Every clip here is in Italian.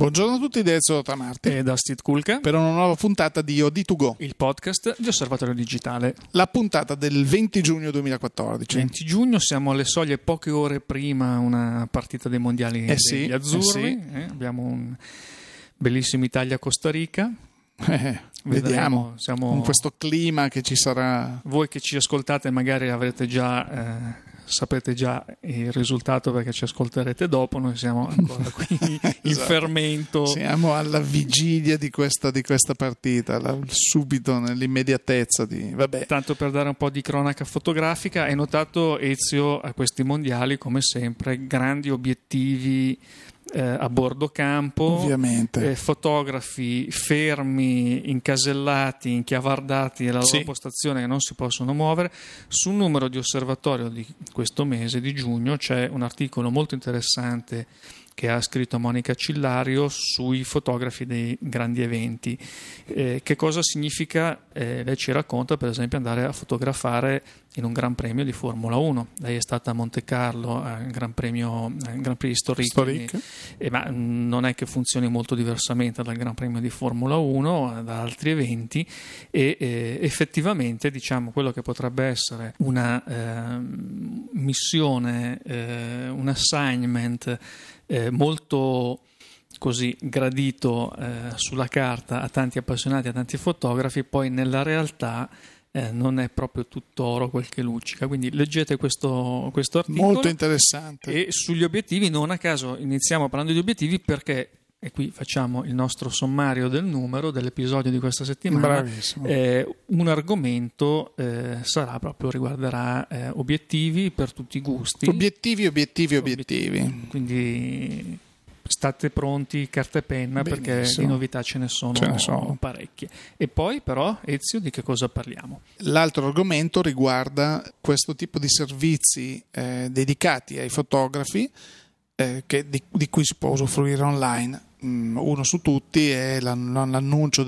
Buongiorno a tutti da Ezio Tamarti e da Steve Kulka per una nuova puntata di OD2Go, il podcast di Osservatorio Digitale. La puntata del 20 giugno 2014. 20 giugno, siamo alle soglie poche ore prima una partita dei mondiali degli azzurri. Abbiamo un bellissimo Italia-Costa Rica. Vediamo, siamo con questo clima che ci sarà. Voi che ci ascoltate magari avrete già sapete già il risultato perché ci ascolterete dopo. Noi siamo ancora qui in fermento. Siamo alla vigilia di questa partita, subito nell'immediatezza vabbè. Tanto per dare un po' di cronaca fotografica, hai notato, Ezio, a questi mondiali come sempre grandi obiettivi a bordo campo, ovviamente, fotografi fermi, incasellati, inchiavardati nella loro postazione che non si possono muovere. Sul numero di Osservatorio di questo mese di giugno c'è un articolo molto interessante che ha scritto Monica Cillario sui fotografi dei grandi eventi. Che cosa significa? Lei ci racconta, per esempio, andare a fotografare in un Gran Premio di Formula 1. Lei è stata a Monte Carlo, al Gran Prix Historique. Ma non è che funzioni molto diversamente dal Gran Premio di Formula 1, da altri eventi, e effettivamente, diciamo, quello che potrebbe essere una missione, un assignment molto così gradito sulla carta a tanti appassionati, a tanti fotografi, poi nella realtà non è proprio tutto oro quel che luccica. Quindi leggete questo articolo, molto interessante. E sugli obiettivi, non a caso iniziamo parlando di obiettivi, perché e qui facciamo il nostro sommario dell'episodio di questa settimana. Un argomento riguarderà obiettivi per tutti i gusti. Obiettivi. Quindi state pronti, carta e penna. Benissimo. Perché di novità ce ne sono parecchie. E poi però, Ezio, di che cosa parliamo? L'altro argomento riguarda questo tipo di servizi dedicati ai fotografi di cui si può usufruire online. Uno su tutti è l'annuncio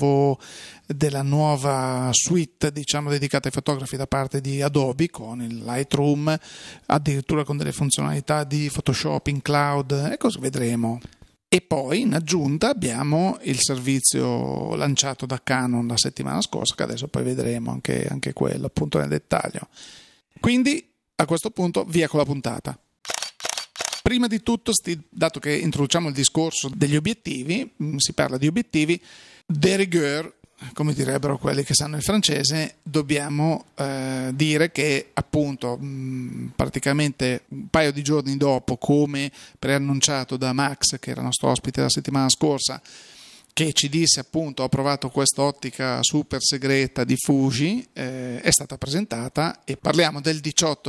della nuova suite, diciamo, dedicata ai fotografi da parte di Adobe, con il Lightroom, addirittura con delle funzionalità di Photoshop in cloud, e così vedremo. E poi in aggiunta abbiamo il servizio lanciato da Canon la settimana scorsa, che adesso poi vedremo anche quello appunto nel dettaglio. Quindi a questo punto via con la puntata. Prima di tutto, dato che introduciamo il discorso degli obiettivi, si parla di obiettivi de rigueur, come direbbero quelli che sanno il francese. Dobbiamo dire che appunto praticamente un paio di giorni dopo, come preannunciato da Max, che era nostro ospite la settimana scorsa, che ci disse appunto ho provato questa ottica super segreta di Fuji, è stata presentata, e parliamo del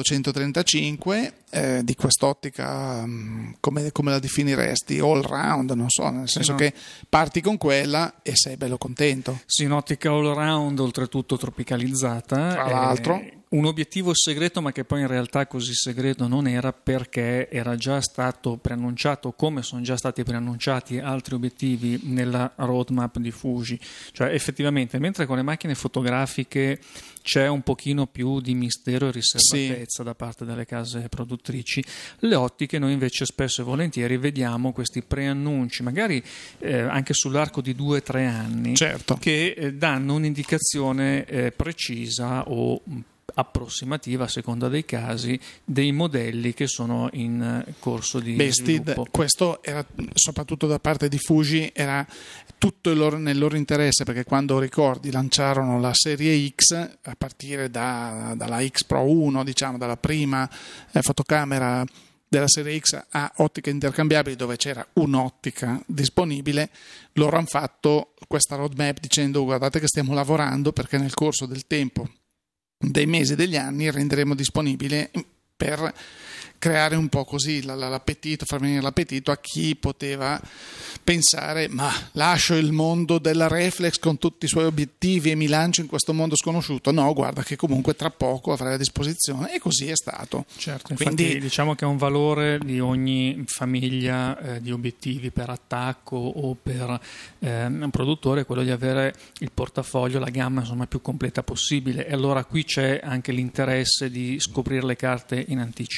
18-135, di quest'ottica, come la definiresti? All round, non so, nel senso che parti con quella e sei bello contento. Sì, un'ottica all round, oltretutto tropicalizzata. Tra l'altro. Un obiettivo segreto, ma che poi in realtà così segreto non era, perché era già stato preannunciato, come sono già stati preannunciati altri obiettivi nella roadmap di Fuji. Cioè effettivamente, mentre con le macchine fotografiche c'è un pochino più di mistero e riservatezza da parte delle case produttrici, le ottiche noi invece spesso e volentieri vediamo questi preannunci, magari anche sull'arco di 2 o 3 anni, che danno un'indicazione precisa o approssimativa, a seconda dei casi, dei modelli che sono in corso di sviluppo. Questo era, soprattutto da parte di Fuji, era tutto nel loro interesse, perché quando ricordi lanciarono la serie X, a partire dalla X Pro 1, diciamo dalla prima fotocamera della serie X a ottiche intercambiabili, dove c'era un'ottica disponibile, loro hanno fatto questa roadmap dicendo guardate che stiamo lavorando, perché nel corso del tempo, dei mesi, degli anni, renderemo disponibile, per creare un po' così l'appetito, far venire l'appetito a chi poteva pensare ma lascio il mondo della reflex con tutti i suoi obiettivi e mi lancio in questo mondo sconosciuto. No, guarda che comunque tra poco avrai a disposizione, e così è stato. Certo, quindi infatti diciamo che è un valore di ogni famiglia di obiettivi per attacco o per un produttore, quello di avere il portafoglio, la gamma insomma più completa possibile, e allora qui c'è anche l'interesse di scoprire le carte in anticipo. Certo.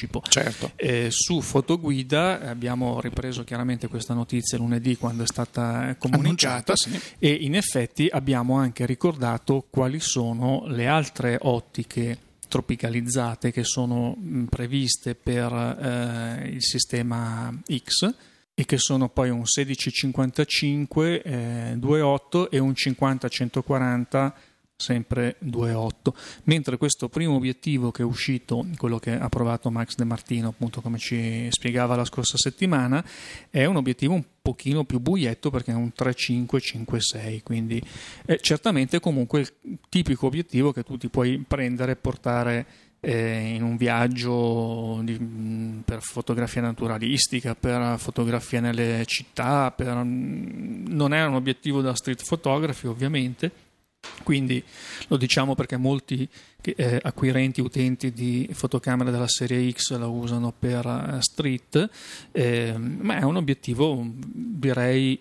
certo. Su Fotoguida abbiamo ripreso chiaramente questa notizia lunedì quando è stata comunicata, sì. E in effetti abbiamo anche ricordato quali sono le altre ottiche tropicalizzate che sono previste per il sistema X, e che sono poi un 16-55 2.8 e un 50-140 sempre 2.8, mentre questo primo obiettivo che è uscito, quello che ha provato Max De Martino, appunto come ci spiegava la scorsa settimana, è un obiettivo un pochino più buietto perché è un 3.5-5.6, quindi è certamente comunque il tipico obiettivo che tu ti puoi prendere e portare in un viaggio per fotografia naturalistica, per fotografia nelle città, non è un obiettivo da street photography ovviamente, quindi lo diciamo perché molti acquirenti, utenti di fotocamere della serie X la usano per street, ma è un obiettivo direi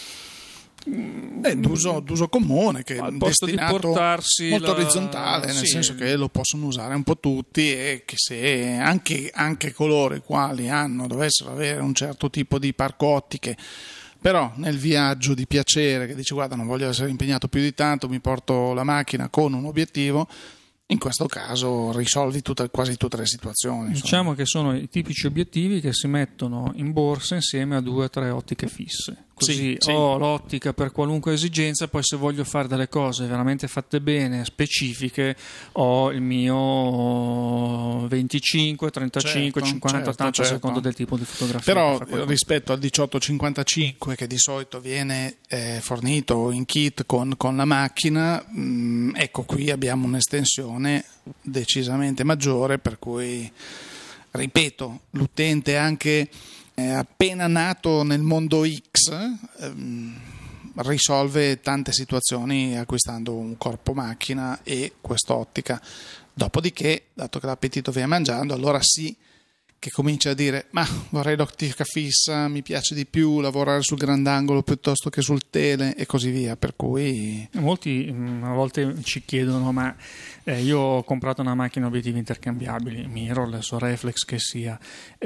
d'uso comune, che è destinato di portarsi molto orizzontale, nel senso che lo possono usare un po' tutti, e che se anche coloro i quali dovessero avere un certo tipo di parco ottiche, però nel viaggio di piacere, che dice guarda non voglio essere impegnato più di tanto, mi porto la macchina con un obiettivo, in questo caso risolvi quasi tutte le situazioni. Diciamo che sono i tipici obiettivi che si mettono in borsa insieme a 2 o 3 ottiche fisse. Così sì. ho l'ottica per qualunque esigenza, poi se voglio fare delle cose veramente fatte bene, specifiche, ho il mio 25, 35, 50, 80 secondo del tipo di fotografia. Però rispetto al 18-55 che di solito viene fornito in kit con la macchina, ecco qui abbiamo un'estensione decisamente maggiore, per cui ripeto, l'utente anche appena nato nel mondo X risolve tante situazioni acquistando un corpo macchina e quest'ottica. Dopodiché, dato che l'appetito viene mangiando, allora sì che comincia a dire ma vorrei l'ottica fissa, mi piace di più lavorare sul grandangolo piuttosto che sul tele e così via, per cui molti a volte ci chiedono ma io ho comprato una macchina obiettivi intercambiabili, mirrorless o reflex che sia,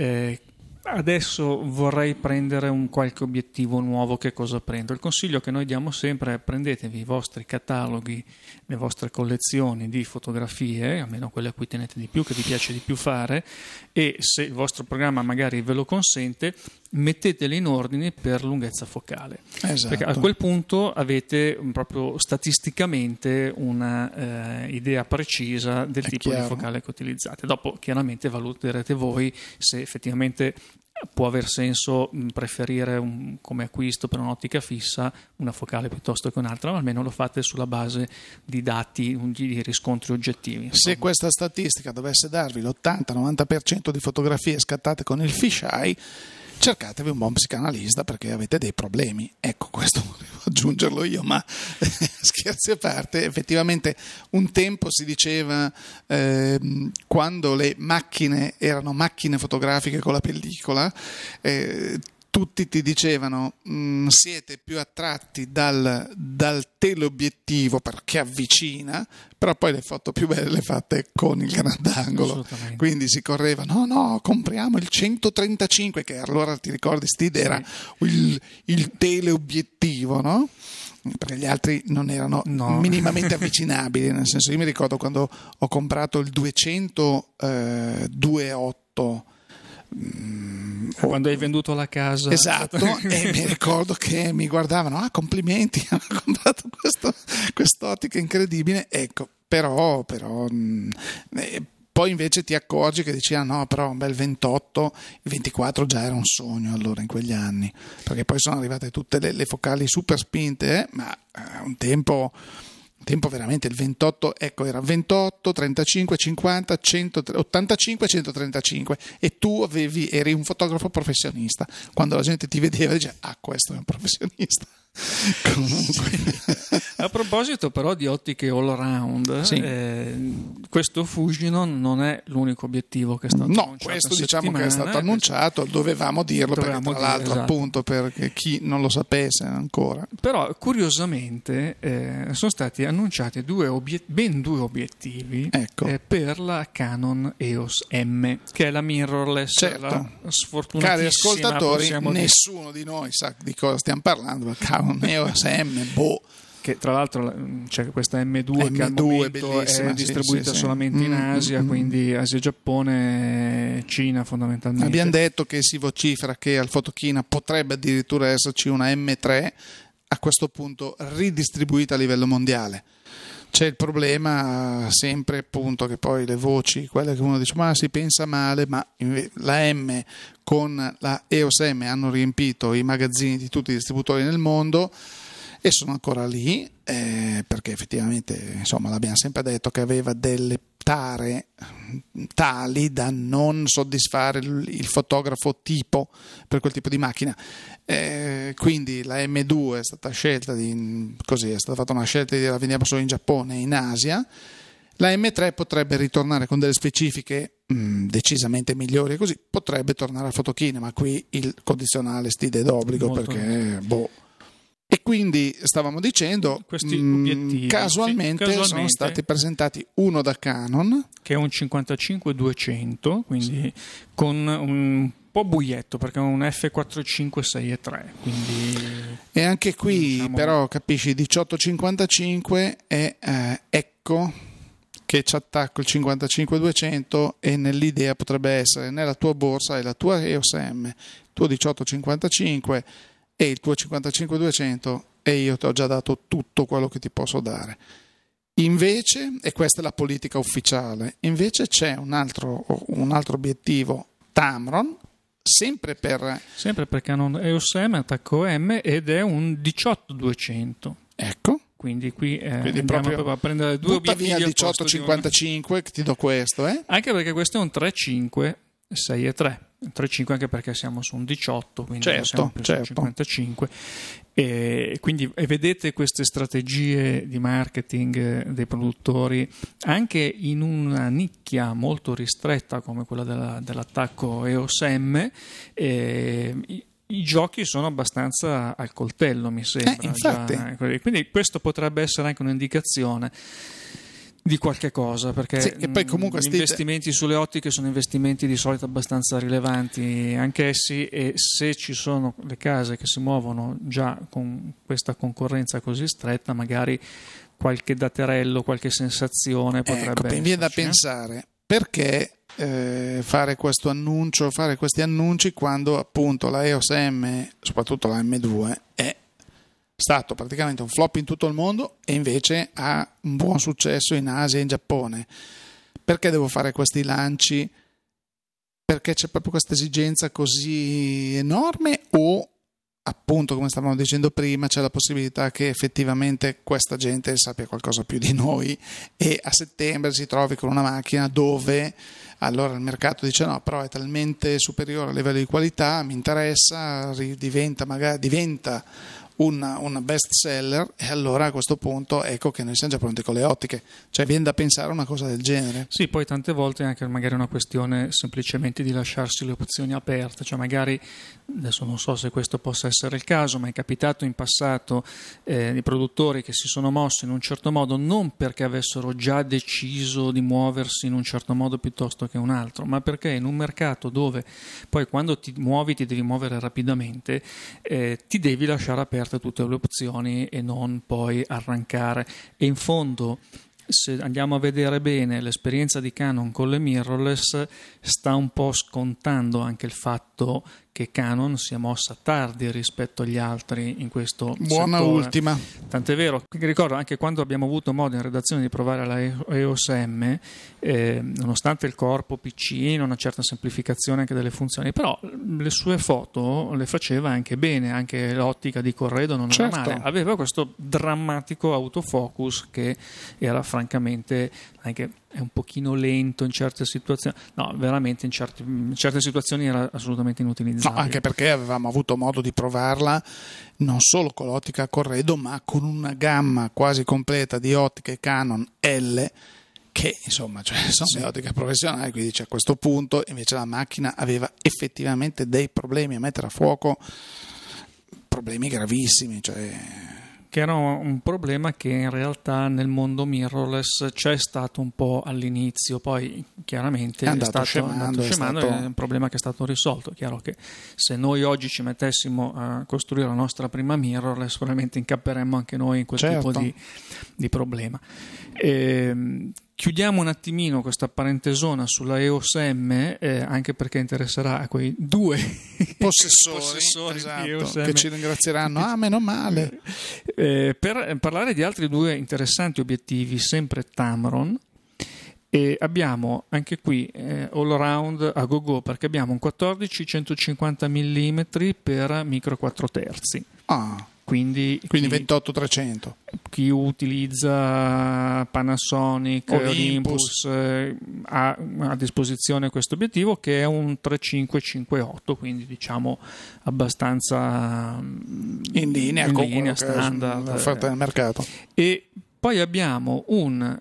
adesso vorrei prendere un qualche obiettivo nuovo, che cosa prendo? Il consiglio che noi diamo sempre è: prendetevi i vostri cataloghi, le vostre collezioni di fotografie, almeno quelle a cui tenete di più, che vi piace di più fare, e se il vostro programma magari ve lo consente, mettetele in ordine per lunghezza focale. Esatto. Perché a quel punto avete proprio statisticamente una idea precisa del tipo di focale che utilizzate. Dopo chiaramente valuterete voi se effettivamente può aver senso preferire come acquisto per un'ottica fissa una focale piuttosto che un'altra, ma almeno lo fate sulla base di dati, di riscontri oggettivi. Se questa statistica dovesse darvi l'80-90% di fotografie scattate con il fisheye, cercatevi un buon psicanalista perché avete dei problemi. Ecco, questo volevo aggiungerlo io, ma scherzi a parte, effettivamente un tempo si diceva, quando le macchine erano macchine fotografiche con la pellicola, tutti ti dicevano siete più attratti dal teleobiettivo perché avvicina, però poi le foto più belle le fate con il grandangolo, quindi si correva no compriamo il 135, che allora ti ricordi Steve era il teleobiettivo, no? Perché gli altri non erano minimamente avvicinabili, nel senso, io mi ricordo quando ho comprato il 200 2.8 quando hai venduto la casa, esatto, e mi ricordo che mi guardavano, complimenti, hanno comprato quest'ottica incredibile, ecco, però poi invece ti accorgi che dici no, però un bel 28, il 24 già era un sogno allora in quegli anni, perché poi sono arrivate tutte le focali super spinte, ma un tempo veramente il 28, ecco, era 28, 35, 50, 185, 135, e tu eri un fotografo professionista. Quando la gente ti vedeva diceva questo è un professionista. Comunque. A proposito però di ottiche all around, sì. Questo Fujinon non è l'unico obiettivo che è stato annunciato. Questo diciamo che è stato annunciato, dovevamo dirlo perché tra l'altro esatto. Appunto per chi non lo sapesse ancora. Però curiosamente sono stati annunciati ben due obiettivi per la Canon EOS M, che è la mirrorless. Certo. La sfortunatissima, cari ascoltatori, nessuno di noi sa di cosa stiamo parlando, ma Canon EOS M, che tra l'altro c'è questa M2 che al momento è distribuita solamente in Asia, quindi Asia, Giappone, Cina fondamentalmente. Abbiamo detto che si vocifera che al Photokina potrebbe addirittura esserci una M3 a questo punto ridistribuita a livello mondiale. C'è il problema sempre appunto che poi le voci, quelle che uno dice ma si pensa male, ma la M con la EOS M hanno riempito i magazzini di tutti i distributori nel mondo e sono ancora lì perché effettivamente insomma l'abbiamo sempre detto che aveva delle tare tali da non soddisfare il fotografo tipo per quel tipo di macchina, quindi la M2 è stata scelta è stata fatta una scelta di dire la vendiamo solo in Giappone e in Asia. La M3 potrebbe ritornare con delle specifiche decisamente migliori e così potrebbe tornare al Photokina, ma qui il condizionale stile d'obbligo perché E quindi stavamo dicendo questi obiettivi casualmente sono stati presentati uno da Canon che è un 55-200, quindi con un po' buietto perché è un f456-3, quindi e anche qui però capisci 18-55 è ecco che ci attacco il 55-200 e nell'idea potrebbe essere nella tua borsa e la tua EOS M, il tuo 18-55 e il tuo 55-200 e io ti ho già dato tutto quello che ti posso dare. Invece, e questa è la politica ufficiale, invece c'è un altro obiettivo Tamron, sempre per Canon EOS M, attacco M, ed è un 18-200. Ecco. Quindi qui andiamo proprio a prendere due obiettivi via 18-55 che ti do questo. Anche perché questo è un 3.5 6.3. 3.5 anche perché siamo su un 18, quindi siamo più su 55. E quindi vedete queste strategie di marketing dei produttori anche in una nicchia molto ristretta come quella dell'attacco EOS M. I giochi sono abbastanza al coltello, mi sembra. Infatti. Quindi questo potrebbe essere anche un'indicazione di qualche cosa, perché e poi comunque gli investimenti sulle ottiche sono investimenti di solito abbastanza rilevanti anch'essi, e se ci sono le case che si muovono già con questa concorrenza così stretta, magari qualche daterello, qualche sensazione potrebbe esserci. Mi viene da pensare perché fare questo annuncio, fare questi annunci quando appunto la EOS M, soprattutto la M2, è stato praticamente un flop in tutto il mondo e invece ha un buon successo in Asia e in Giappone. Perché devo fare questi lanci? Perché c'è proprio questa esigenza così enorme o appunto, come stavamo dicendo prima, c'è la possibilità che effettivamente questa gente sappia qualcosa più di noi e a settembre si trovi con una macchina dove allora il mercato dice no, però è talmente superiore a livello di qualità, mi interessa, diventa una best seller, e allora a questo punto ecco che noi siamo già pronti con le ottiche, cioè viene da pensare a una cosa del genere. Sì, poi tante volte è anche magari una questione semplicemente di lasciarsi le opzioni aperte, cioè magari, adesso non so se questo possa essere il caso, ma è capitato in passato di produttori che si sono mossi in un certo modo non perché avessero già deciso di muoversi in un certo modo piuttosto che un altro, ma perché in un mercato dove poi quando ti muovi ti devi muovere rapidamente, ti devi lasciare aperte tutte le opzioni e non poi arrancare. E in fondo, se andiamo a vedere bene, l'esperienza di Canon con le mirrorless sta un po' scontando anche il fatto che Canon si è mossa tardi rispetto agli altri in questo buona settore. Ultima. Tant'è vero che ricordo anche quando abbiamo avuto modo in redazione di provare la EOS M, nonostante il corpo piccino, una certa semplificazione anche delle funzioni, però le sue foto le faceva anche bene, anche l'ottica di corredo non era male, aveva questo drammatico autofocus che era francamente anche è un pochino lento in certe situazioni. No, veramente in certe situazioni era assolutamente inutilizzabile. No, anche perché avevamo avuto modo di provarla non solo con l'ottica a corredo, ma con una gamma quasi completa di ottiche Canon L, che insomma sono le ottiche professionali, quindi a questo punto invece la macchina aveva effettivamente dei problemi a mettere a fuoco, problemi gravissimi, che era un problema che in realtà nel mondo mirrorless c'è stato un po' all'inizio, poi chiaramente è stato scemando, è un problema che è stato risolto. È chiaro che se noi oggi ci mettessimo a costruire la nostra prima mirrorless probabilmente incapperemmo anche noi in quel tipo di problema. Chiudiamo un attimino questa parentesona sulla EOS M, anche perché interesserà a quei due possessori esatto, di EOS M, che ci ringrazieranno, meno male. Per parlare di altri due interessanti obiettivi, sempre Tamron, e abbiamo anche qui all around a go-go, perché abbiamo un 14-150 mm per micro 4 terzi. Quindi 28-300. Chi utilizza Panasonic, Olympus ha a disposizione questo obiettivo, che è un 3.5-5.8, quindi diciamo abbastanza in linea standard, l'offerta del mercato. E poi abbiamo un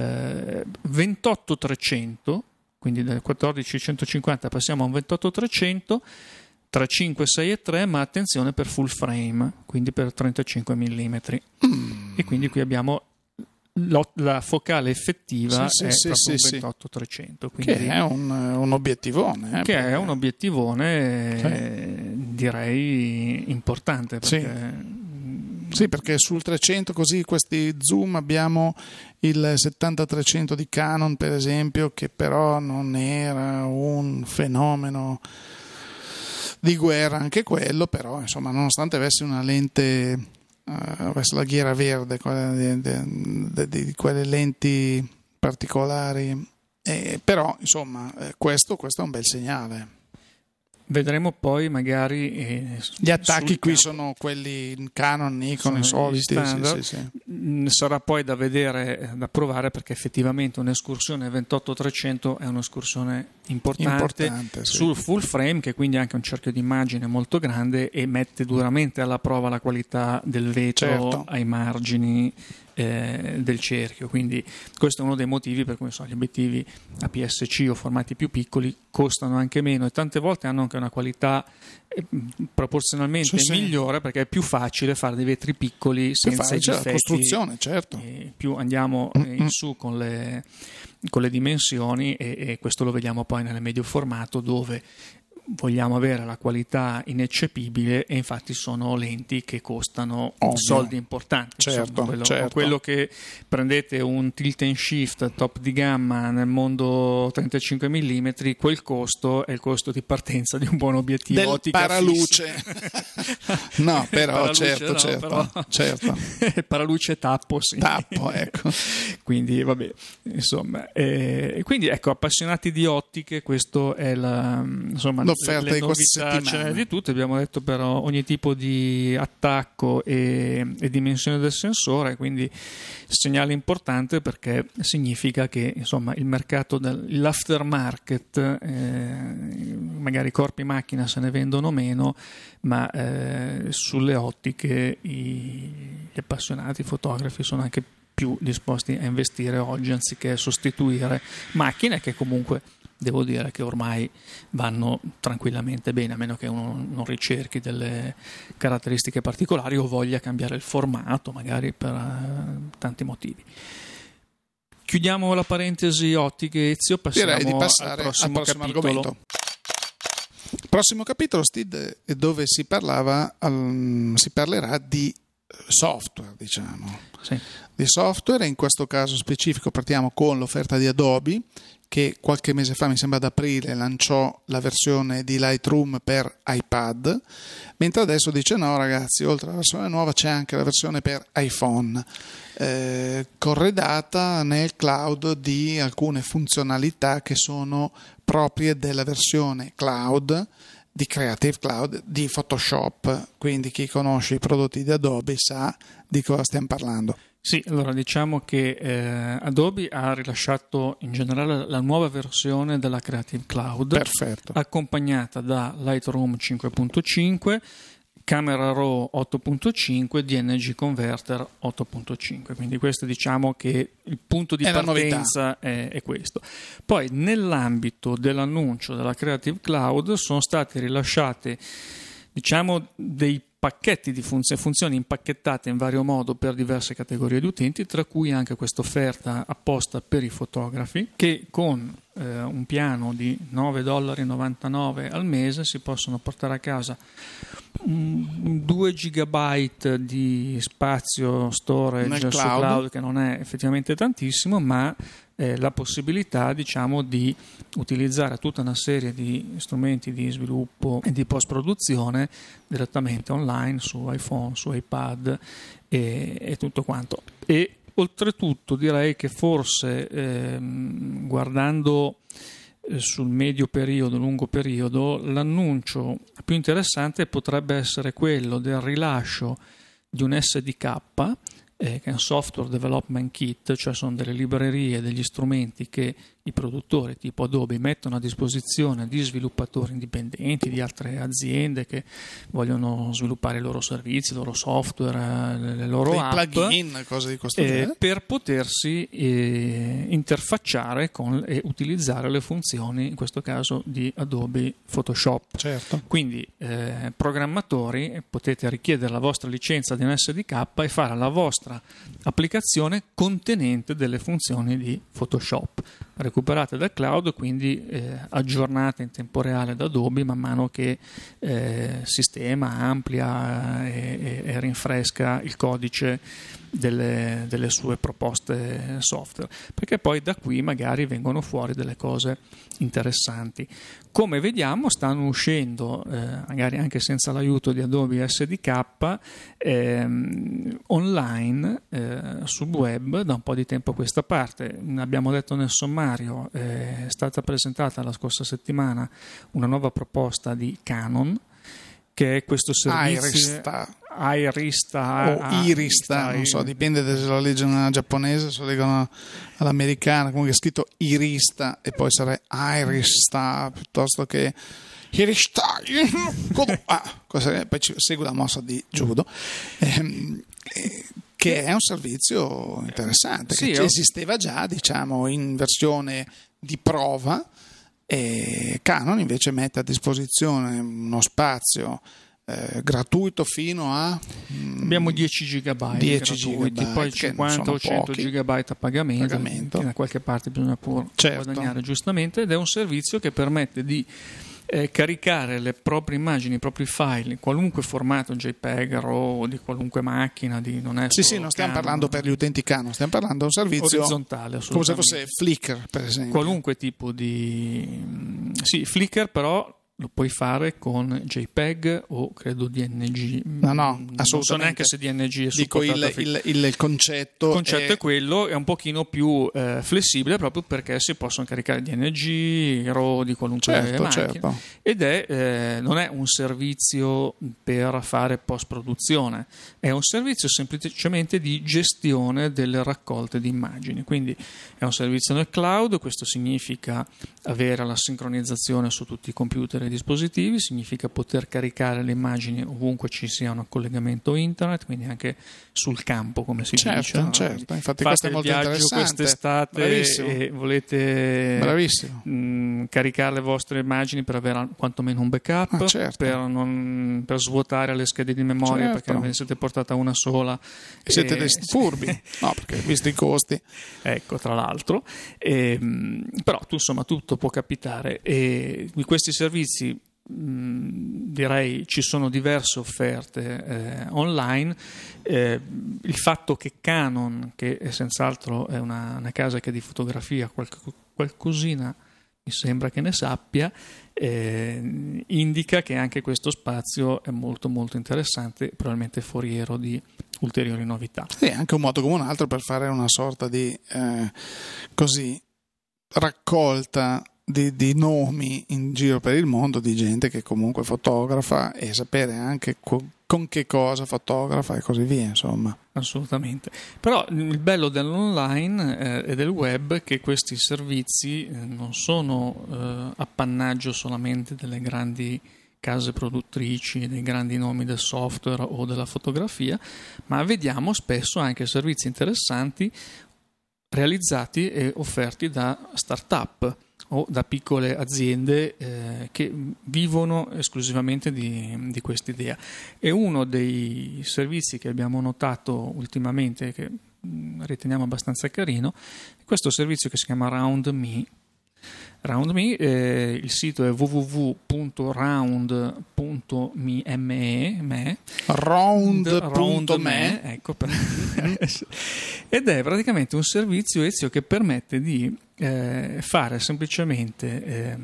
28-300, quindi dal 14-150 passiamo a un 28-300 tra 5, 6 e 3, ma attenzione per full frame, quindi per 35 mm. E quindi qui abbiamo la focale effettiva è proprio 28-300, quindi che è un obiettivone. È un obiettivone direi importante, perché sì, perché sul 300 così questi zoom abbiamo il 70-300 di Canon per esempio, che però non era un fenomeno di guerra anche quello, però insomma nonostante avesse una lente avesse la ghiera verde, di quelle lenti particolari, però insomma questo è un bel segnale. Vedremo poi magari gli attacchi qui sono quelli Canon, Nikon, i soliti standard. Sì. Sarà poi da vedere, da provare, perché effettivamente un'escursione 28-300 è un'escursione importante sul full frame, che quindi ha anche un cerchio di immagine molto grande e mette duramente alla prova la qualità del vetro ai margini del cerchio. Quindi questo è uno dei motivi per cui gli obiettivi APS-C o formati più piccoli costano anche meno e tante volte hanno anche una qualità proporzionalmente migliore, perché è più facile fare dei vetri piccoli senza i difetti. La costruzione, più andiamo in su con le dimensioni, e questo lo vediamo poi nel medio formato, dove vogliamo avere la qualità ineccepibile, e infatti sono lenti che costano soldi importanti. Quello che prendete un tilt and shift top di gamma nel mondo 35 mm, quel costo è il costo di partenza di un buon obiettivo del ottica paraluce. No, però paraluce, certo. Paraluce tappo, ecco. Quindi vabbè, insomma, quindi ecco, appassionati di ottiche, questo è l'offerta di questa settimana. Di tutto, abbiamo detto, per ogni tipo di attacco e dimensione del sensore, quindi segnale importante, perché significa che insomma il mercato l'aftermarket, magari corpi macchina se ne vendono meno, ma sulle ottiche gli appassionati fotografi sono anche più disposti a investire oggi, anziché sostituire macchine che comunque devo dire che ormai vanno tranquillamente bene, a meno che uno non ricerchi delle caratteristiche particolari o voglia cambiare il formato, magari per tanti motivi. Chiudiamo la parentesi ottiche, Ezio, passiamo direi di passare al prossimo capitolo. Argomento. Il prossimo capitolo, Steve, è dove si parlerà di software, diciamo. Sì. Di software, in questo caso specifico partiamo con l'offerta di Adobe, che qualche mese fa, mi sembra ad aprile, lanciò la versione di Lightroom per iPad, mentre adesso dice no ragazzi, oltre alla versione nuova c'è anche la versione per iPhone, corredata nel cloud di alcune funzionalità che sono proprie della versione cloud di Creative Cloud di Photoshop. Quindi chi conosce i prodotti di Adobe sa di cosa stiamo parlando. Sì, allora diciamo che Adobe ha rilasciato in generale la nuova versione della Creative Cloud, perfetto, accompagnata da Lightroom 5.5, Camera Raw 8.5, DNG Converter 8.5, quindi questo diciamo che il punto di partenza è questo. Poi nell'ambito dell'annuncio della Creative Cloud sono state rilasciate, diciamo, dei pacchetti di funzioni impacchettate in vario modo per diverse categorie di utenti, tra cui anche questa offerta apposta per i fotografi, che con un piano di $9,99 al mese si possono portare a casa 2 GB di spazio storage su cloud, che non è effettivamente tantissimo, ma la possibilità, diciamo, di utilizzare tutta una serie di strumenti di sviluppo e di post-produzione direttamente online su iPhone, su iPad e tutto quanto. E oltretutto direi che forse guardando sul medio periodo, lungo periodo, l'annuncio più interessante potrebbe essere quello del rilascio di un SDK, che è un Software Development Kit, cioè sono delle librerie, degli strumenti che i produttori tipo Adobe mettono a disposizione di sviluppatori indipendenti, di altre aziende che vogliono sviluppare i loro servizi, il loro software, le loro app, plugin, cose di questo genere, per potersi interfacciare con e utilizzare le funzioni, in questo caso di Adobe Photoshop. Certo. Quindi programmatori, potete richiedere la vostra licenza di un SDK e fare la vostra applicazione contenente delle funzioni di Photoshop, recuperate dal cloud, quindi aggiornate in tempo reale da Adobe man mano che sistema, amplia e rinfresca il codice delle sue proposte software, perché poi da qui magari vengono fuori delle cose interessanti. Come vediamo stanno uscendo, magari anche senza l'aiuto di Adobe SDK, online sul web da un po' di tempo a questa parte. Abbiamo detto nel sommario, è stata presentata la scorsa settimana una nuova proposta di Canon, che è questo servizio Irista, non so, dipende se lo leggono giapponese, se lo leggono all'americana, comunque è scritto Irista e poi sarà Irista piuttosto che Irista. Poi ci segue la mossa di judo, che è un servizio interessante, che esisteva già, diciamo, in versione di prova. E Canon invece mette a disposizione uno spazio gratuito fino a abbiamo 10 GB 10 gratuiti, poi 50 o 100 GB a pagamento. Che da qualche parte bisogna pur guadagnare, giustamente, ed è un servizio che permette di caricare le proprie immagini, i propri file in qualunque formato, JPEG, RAW, di qualunque macchina, non è non stiamo parlando per gli utenti Canon, stiamo parlando di un servizio orizzontale, come se fosse Flickr, per esempio, qualunque tipo di Flickr, però lo puoi fare con JPEG o credo DNG. No, assolutamente. Non so neanche se DNG è supportato. Dico il concetto. Il concetto è quello, è un pochino più flessibile, proprio perché si possono caricare DNG, RAW di qualunque macchina. Certo. Ed non è un servizio per fare post-produzione, è un servizio semplicemente di gestione delle raccolte di immagini. Quindi è un servizio nel cloud, questo significa avere la sincronizzazione su tutti i computer e dispositivi, significa poter caricare le immagini ovunque ci sia un collegamento internet, quindi anche sul campo, come si dice. Certo, infatti fate il viaggio quest'estate e volete caricare le vostre immagini per avere quantomeno un backup, per svuotare le schede di memoria, perché non ve ne siete portata una sola e siete dei furbi, no, perché visto i costi, ecco, tra l'altro, però tutto può capitare, e di questi servizi direi ci sono diverse offerte online. Il fatto che Canon, che è senz'altro è una casa che di fotografia qualcosina mi sembra che ne sappia, indica che anche questo spazio è molto molto interessante, probabilmente foriero di ulteriori novità. Sì, anche un modo come un altro per fare una sorta di raccolta di nomi in giro per il mondo di gente che comunque fotografa, e sapere anche con che cosa fotografa e così via, insomma. Assolutamente. Però il bello dell'online e del web è che questi servizi non sono appannaggio solamente delle grandi case produttrici, dei grandi nomi del software o della fotografia, ma vediamo spesso anche servizi interessanti realizzati e offerti da start-up o da piccole aziende che vivono esclusivamente di questa idea. E uno dei servizi che abbiamo notato ultimamente, che riteniamo abbastanza carino, è questo servizio che si chiama RoundMe. RoundMe, il sito è www.round.me, round.me, ecco, ed è praticamente un servizio Ezio che permette di fare semplicemente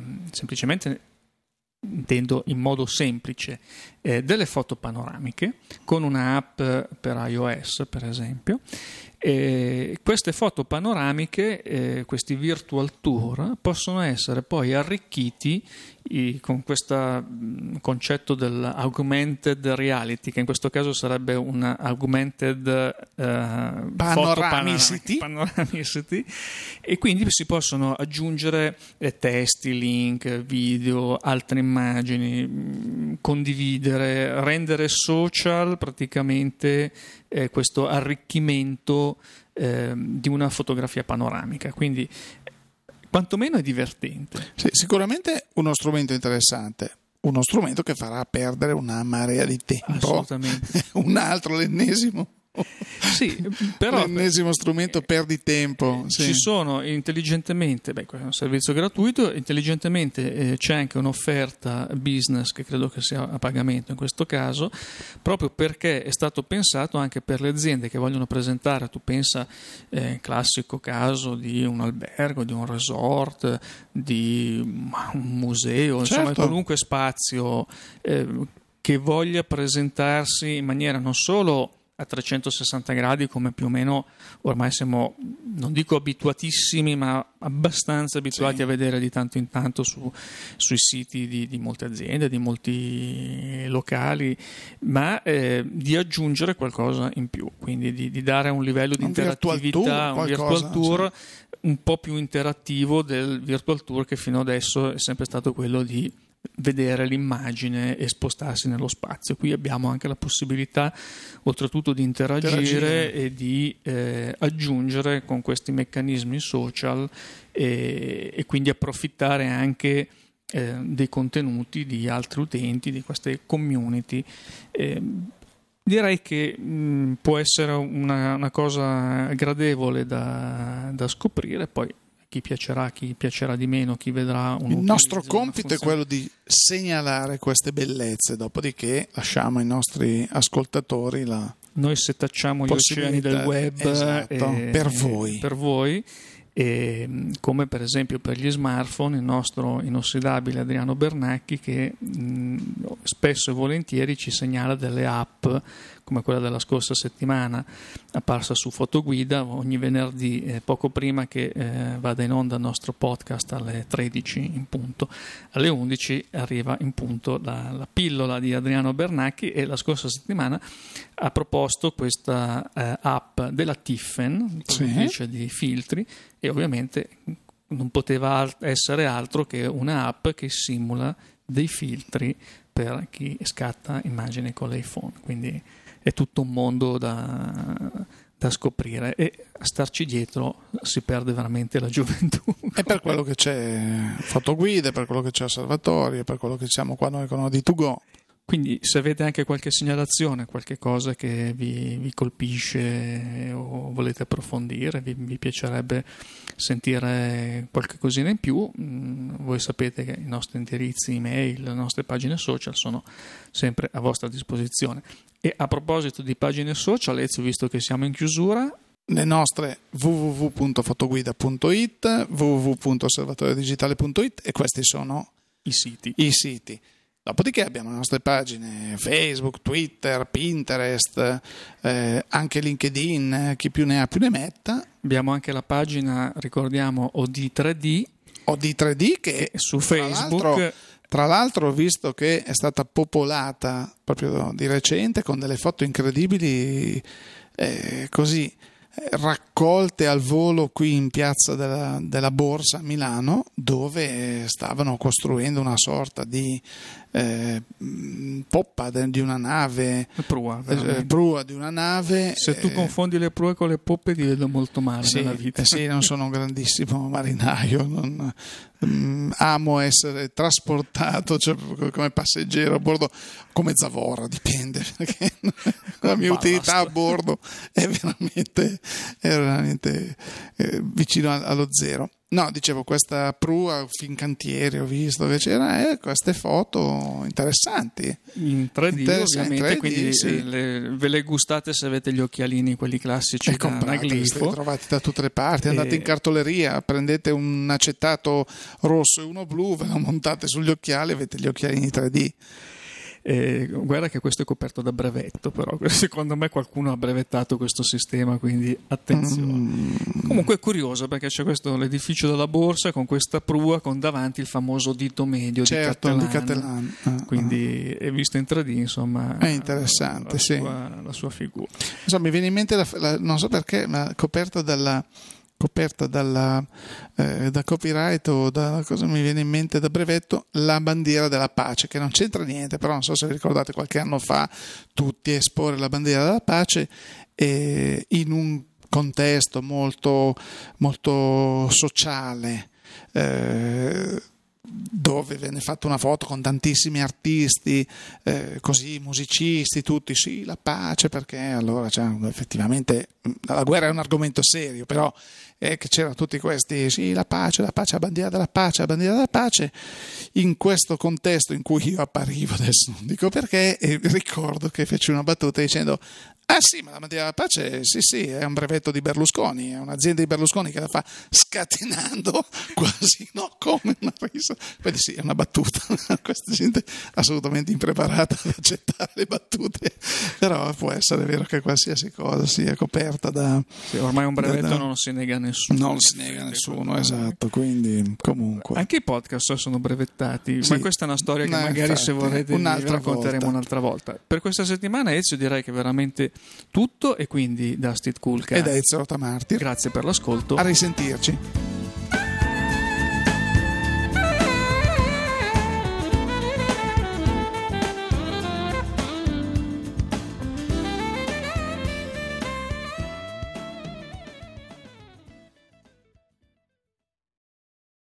intendo in modo semplice, delle foto panoramiche con una app per iOS, per esempio. Queste foto panoramiche, questi virtual tour, possono essere poi arricchiti con questo concetto dell'augmented reality, che in questo caso sarebbe un augmented panoramicity, e quindi si possono aggiungere testi, link, video, altre immagini, condividere, rendere social praticamente questo arricchimento di una fotografia panoramica. Quindi quantomeno è divertente. Sì, sicuramente uno strumento interessante, uno strumento che farà perdere una marea di tempo. Assolutamente. Un altro, l'ennesimo. Sì, però l'ennesimo strumento perdi tempo. Sì. Ci sono intelligentemente, questo è un servizio gratuito, intelligentemente c'è anche un'offerta business che credo che sia a pagamento in questo caso, proprio perché è stato pensato anche per le aziende che vogliono presentare. Tu pensa, classico caso di un albergo, di un resort, di un museo, certo. Insomma qualunque spazio che voglia presentarsi in maniera non solo a 360 gradi, come più o meno ormai siamo, non dico abituatissimi, ma abbastanza abituati a vedere di tanto in tanto sui siti di molte aziende, di molti locali, ma di aggiungere qualcosa in più, quindi di dare un livello di interattività, un virtual tour un po' più interattivo del virtual tour che fino adesso è sempre stato quello di vedere l'immagine e spostarsi nello spazio. Qui abbiamo anche la possibilità oltretutto di interagire e di aggiungere con questi meccanismi social e quindi approfittare anche dei contenuti di altri utenti, di queste community. Direi che può essere una cosa gradevole da scoprire, poi chi piacerà di meno, chi vedrà un il nostro compito è quello di segnalare queste bellezze, dopodiché lasciamo ai nostri ascoltatori noi setacciamo gli oceani del web, esatto, per voi. E come per esempio per gli smartphone, il nostro inossidabile Adriano Bernacchi, che spesso e volentieri ci segnala delle app come quella della scorsa settimana apparsa su Fotoguida ogni venerdì, poco prima che vada in onda il nostro podcast alle 13 in punto. Alle 11 arriva in punto la pillola di Adriano Bernacchi, e la scorsa settimana ha proposto questa app della Tiffen, produttrice di filtri, e ovviamente non poteva essere altro che una app che simula dei filtri per chi scatta immagini con l'iPhone, quindi è tutto un mondo da scoprire, e a starci dietro si perde veramente la gioventù. È per quello che c'è Fotoguida, per quello che c'è Osservatorio, per quello che siamo qua noi con Odi2Go. Quindi se avete anche qualche segnalazione, qualche cosa che vi colpisce o volete approfondire, vi piacerebbe sentire qualche cosina in più, voi sapete che i nostri indirizzi email, le nostre pagine social sono sempre a vostra disposizione. E a proposito di pagine social, Ezio, visto che siamo in chiusura, le nostre www.fotoguida.it, www.osservatoriodigitale.it, e questi sono i siti. Dopodiché abbiamo le nostre pagine Facebook, Twitter, Pinterest, anche LinkedIn, chi più ne ha più ne metta. Abbiamo anche la pagina, ricordiamo, OD3D che su Facebook. Tra l'altro ho visto che è stata popolata proprio di recente con delle foto incredibili così raccolte al volo qui in piazza della Borsa a Milano, dove stavano costruendo una sorta di poppa di una nave, prua di una nave. Se tu confondi le prue con le poppe ti vedo molto male nella vita. Sì, non sono un grandissimo marinaio, amo essere trasportato, cioè, come passeggero a bordo, come Zavora, dipende, perché la mia utilità a bordo è veramente vicino allo zero. No, dicevo, questa prua Fincantieri, ho visto che c'era queste foto interessanti. In 3D ovviamente, 3D, quindi sì. Ve le gustate se avete gli occhialini, quelli classici da anaglifo. Li trovate da tutte le parti, andate in cartoleria, prendete un acetato rosso e uno blu, ve lo montate sugli occhiali e avete gli occhialini 3D. Guarda che questo è coperto da brevetto, però secondo me qualcuno ha brevettato questo sistema, quindi attenzione. Comunque è curioso perché c'è l'edificio della Borsa con questa prua con davanti il famoso dito medio di Cattelan. Quindi è visto in 3D, insomma, è interessante, la sua figura. Insomma, mi viene in mente non so perché, ma coperta da copyright o da cosa mi viene in mente, da brevetto, la bandiera della pace, che non c'entra niente, però non so se vi ricordate, qualche anno fa tutti a esporre la bandiera della pace in un contesto molto, molto sociale, dove venne fatta una foto con tantissimi artisti, così musicisti, tutti, sì, la pace, perché allora effettivamente la guerra è un argomento serio, però che c'erano tutti questi, sì, la pace, la bandiera della pace, la bandiera della pace, in questo contesto in cui io apparivo, adesso non dico perché, e ricordo che feci una battuta dicendo: ah sì, ma la bandiera della pace sì, è un brevetto di Berlusconi, è un'azienda di Berlusconi che la fa, scatenando quasi, no, come una risa. Poi sì, è una battuta, questa gente assolutamente impreparata ad accettare le battute, però può essere vero che qualsiasi cosa sia coperta da... Sì, ormai un brevetto non si nega a nessuno. Non si nega a nessuno, esatto, quindi comunque... Anche i podcast sono brevettati, sì, ma questa è una storia che magari infatti, se vorrete vi racconteremo un'altra volta. Per questa settimana, Ezio, direi che veramente tutto, e quindi da Steve Kulka e da Ezio Rotamartir, grazie per l'ascolto, a risentirci.